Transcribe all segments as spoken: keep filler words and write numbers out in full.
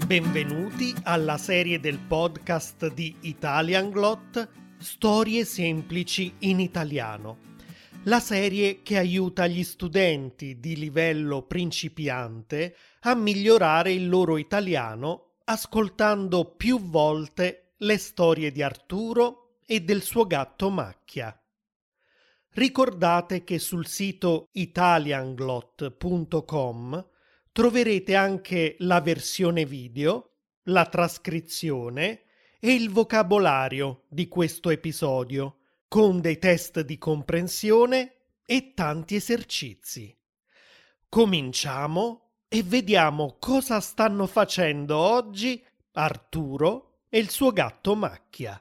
Benvenuti alla serie del podcast di Italianglot Storie semplici in italiano. La serie che aiuta gli studenti di livello principiante a migliorare il loro italiano ascoltando più volte le storie di Arturo e del suo gatto Macchia. Ricordate che sul sito italianglot punto com troverete anche la versione video, la trascrizione e il vocabolario di questo episodio, con dei test di comprensione e tanti esercizi. Cominciamo e vediamo cosa stanno facendo oggi Arturo e il suo gatto Macchia.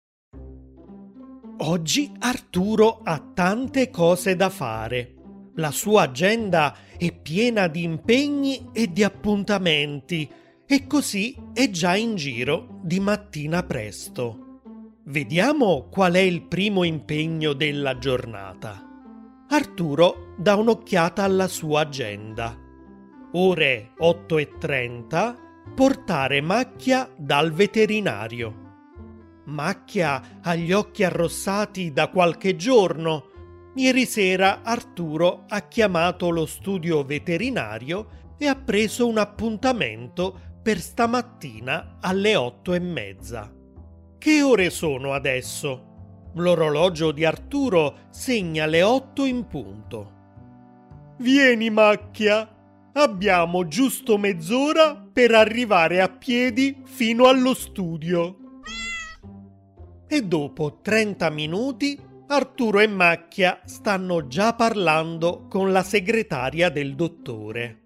Oggi Arturo ha tante cose da fare. La sua agenda è piena di impegni e di appuntamenti e così è già in giro di mattina presto. Vediamo qual è il primo impegno della giornata. Arturo dà un'occhiata alla sua agenda. Ore otto e trenta, portare Macchia dal veterinario. Macchia ha gli occhi arrossati da qualche giorno. Ieri sera Arturo ha chiamato lo studio veterinario e ha preso un appuntamento per stamattina alle otto e mezza. Che ore sono adesso? L'orologio di Arturo segna le otto in punto. Vieni Macchia, abbiamo giusto mezz'ora per arrivare a piedi fino allo studio. E dopo trenta minuti Arturo e Macchia stanno già parlando con la segretaria del dottore.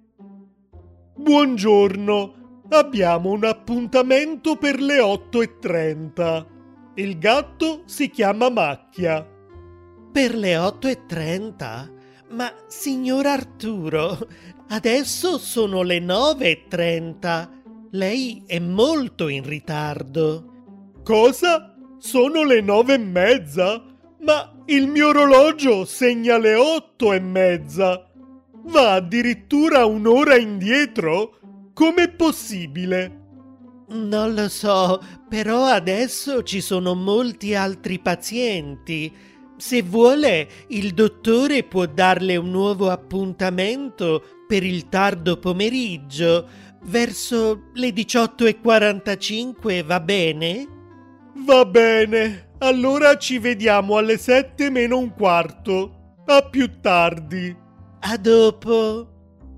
Buongiorno, abbiamo un appuntamento per le otto e trenta. Il gatto si chiama Macchia. Per le otto e trenta? Ma signor Arturo, adesso sono le nove e trenta. Lei è molto in ritardo. Cosa? Sono le nove e mezza? Ma il mio orologio segna le otto e mezza. Va addirittura un'ora indietro? Com'è possibile? Non lo so, però adesso ci sono molti altri pazienti. Se vuole, il dottore può darle un nuovo appuntamento per il tardo pomeriggio. Verso le diciotto e quarantacinque va bene? Va bene. Allora ci vediamo alle sette meno un quarto. A più tardi. A dopo.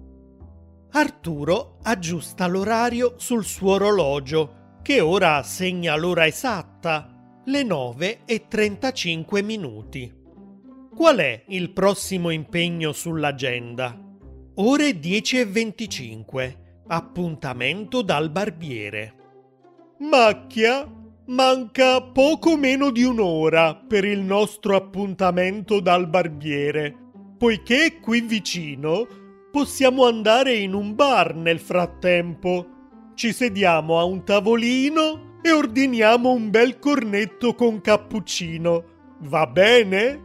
Arturo aggiusta l'orario sul suo orologio, che ora segna l'ora esatta, le nove e trentacinque minuti. Qual è il prossimo impegno sull'agenda? Ore dieci e venticinque. Appuntamento dal barbiere. Macchia? Manca poco meno di un'ora per il nostro appuntamento dal barbiere. Poiché è qui vicino, possiamo andare in un bar nel frattempo. Ci sediamo a un tavolino e ordiniamo un bel cornetto con cappuccino. Va bene?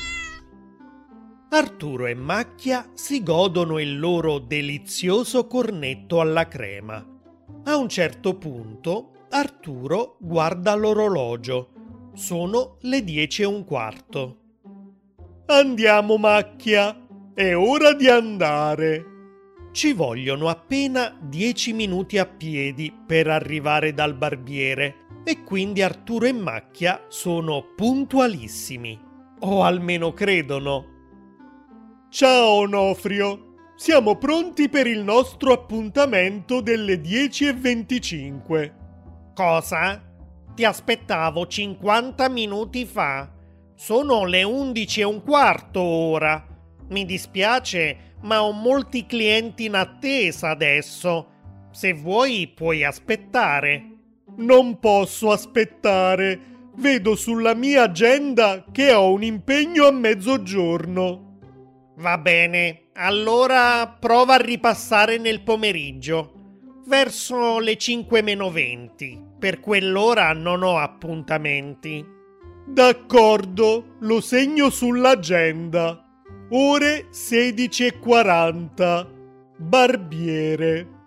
Arturo e Macchia si godono il loro delizioso cornetto alla crema. A un certo punto Arturo guarda l'orologio. Sono le dieci e un quarto. Andiamo, Macchia. È ora di andare. Ci vogliono appena dieci minuti a piedi per arrivare dal barbiere e quindi Arturo e Macchia sono puntualissimi. O almeno credono. Ciao, Onofrio. Siamo pronti per il nostro appuntamento delle dieci e venticinque. Cosa? Ti aspettavo cinquanta minuti fa. Sono le undici e un quarto ora. Mi dispiace, ma ho molti clienti in attesa adesso. Se vuoi, puoi aspettare. Non posso aspettare. Vedo sulla mia agenda che ho un impegno a mezzogiorno. Va bene, allora prova a ripassare nel pomeriggio. Verso le cinque meno venti. Per quell'ora non ho appuntamenti. D'accordo, lo segno sull'agenda. Ore sedici e quaranta. Barbiere.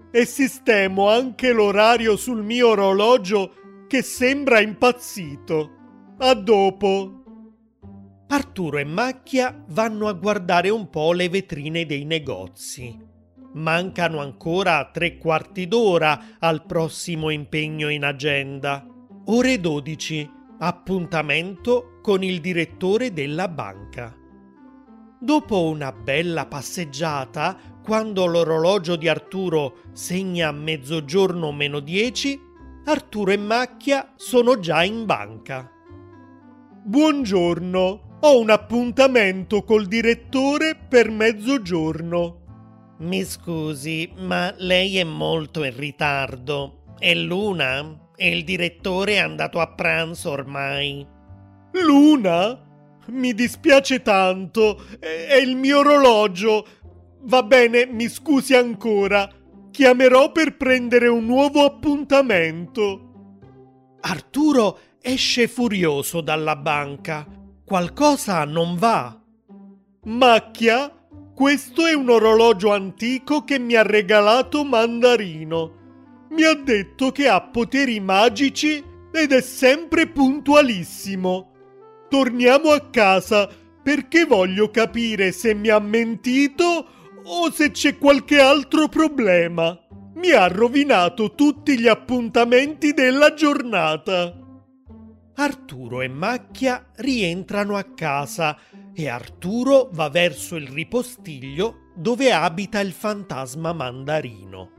e sistemo anche l'orario sul mio orologio che sembra impazzito. A dopo. Arturo e Macchia vanno a guardare un po' le vetrine dei negozi. Mancano ancora tre quarti d'ora al prossimo impegno in agenda. Ore dodici, appuntamento con il direttore della banca. Dopo una bella passeggiata, quando l'orologio di Arturo segna mezzogiorno meno dieci, Arturo e Macchia sono già in banca. Buongiorno. Ho un appuntamento col direttore per mezzogiorno. Mi scusi, ma lei è molto in ritardo. È l'una e il direttore è andato a pranzo ormai. L'una? Mi dispiace tanto, è il mio orologio. Va bene, mi scusi ancora. Chiamerò per prendere un nuovo appuntamento. Arturo esce furioso dalla banca. Qualcosa non va. Macchia, questo è un orologio antico che mi ha regalato Mandarino. Mi ha detto che ha poteri magici ed è sempre puntualissimo. Torniamo a casa perché voglio capire se mi ha mentito o se c'è qualche altro problema. Mi ha rovinato tutti gli appuntamenti della giornata. Arturo e Macchia rientrano a casa e Arturo va verso il ripostiglio dove abita il fantasma Mandarino.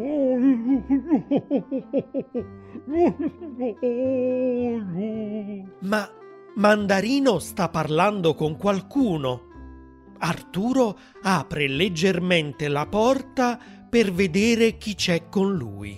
Ma Mandarino sta parlando con qualcuno. Arturo apre leggermente la porta per vedere chi c'è con lui.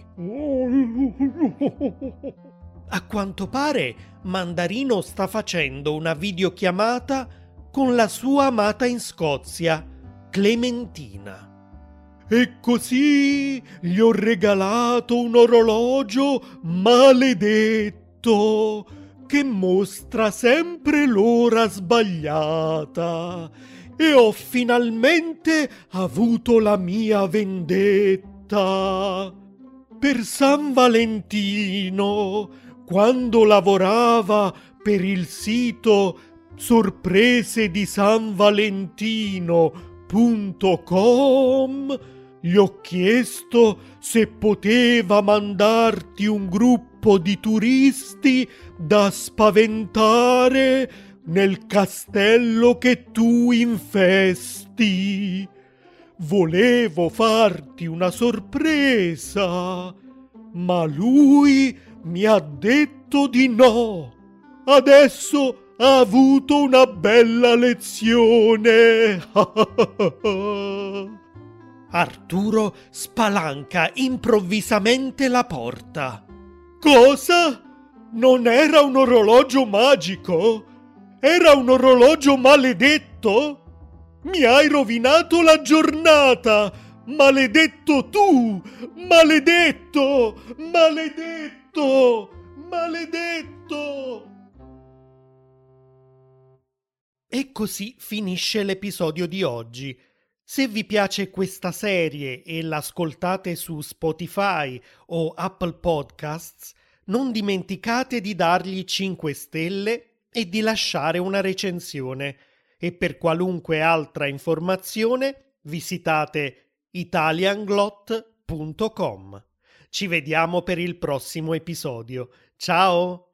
A quanto pare Mandarino sta facendo una videochiamata con la sua amata in Scozia, Clementina. E così gli ho regalato un orologio maledetto che mostra sempre l'ora sbagliata e ho finalmente avuto la mia vendetta. Per San Valentino, quando lavorava per il sito sorprese di san valentino punto com, gli ho chiesto se poteva mandarti un gruppo di turisti da spaventare nel castello che tu infesti. Volevo farti una sorpresa, ma lui mi ha detto di no. Adesso ha avuto una bella lezione. Arturo spalanca improvvisamente la porta. Cosa? Non era un orologio magico? Era un orologio maledetto? Mi hai rovinato la giornata! Maledetto tu! Maledetto! Maledetto! Maledetto! E così finisce l'episodio di oggi. Se vi piace questa serie e l'ascoltate su Spotify o Apple Podcasts, non dimenticate di dargli cinque stelle e di lasciare una recensione. E per qualunque altra informazione visitate italianglot punto com. Ci vediamo per il prossimo episodio. Ciao!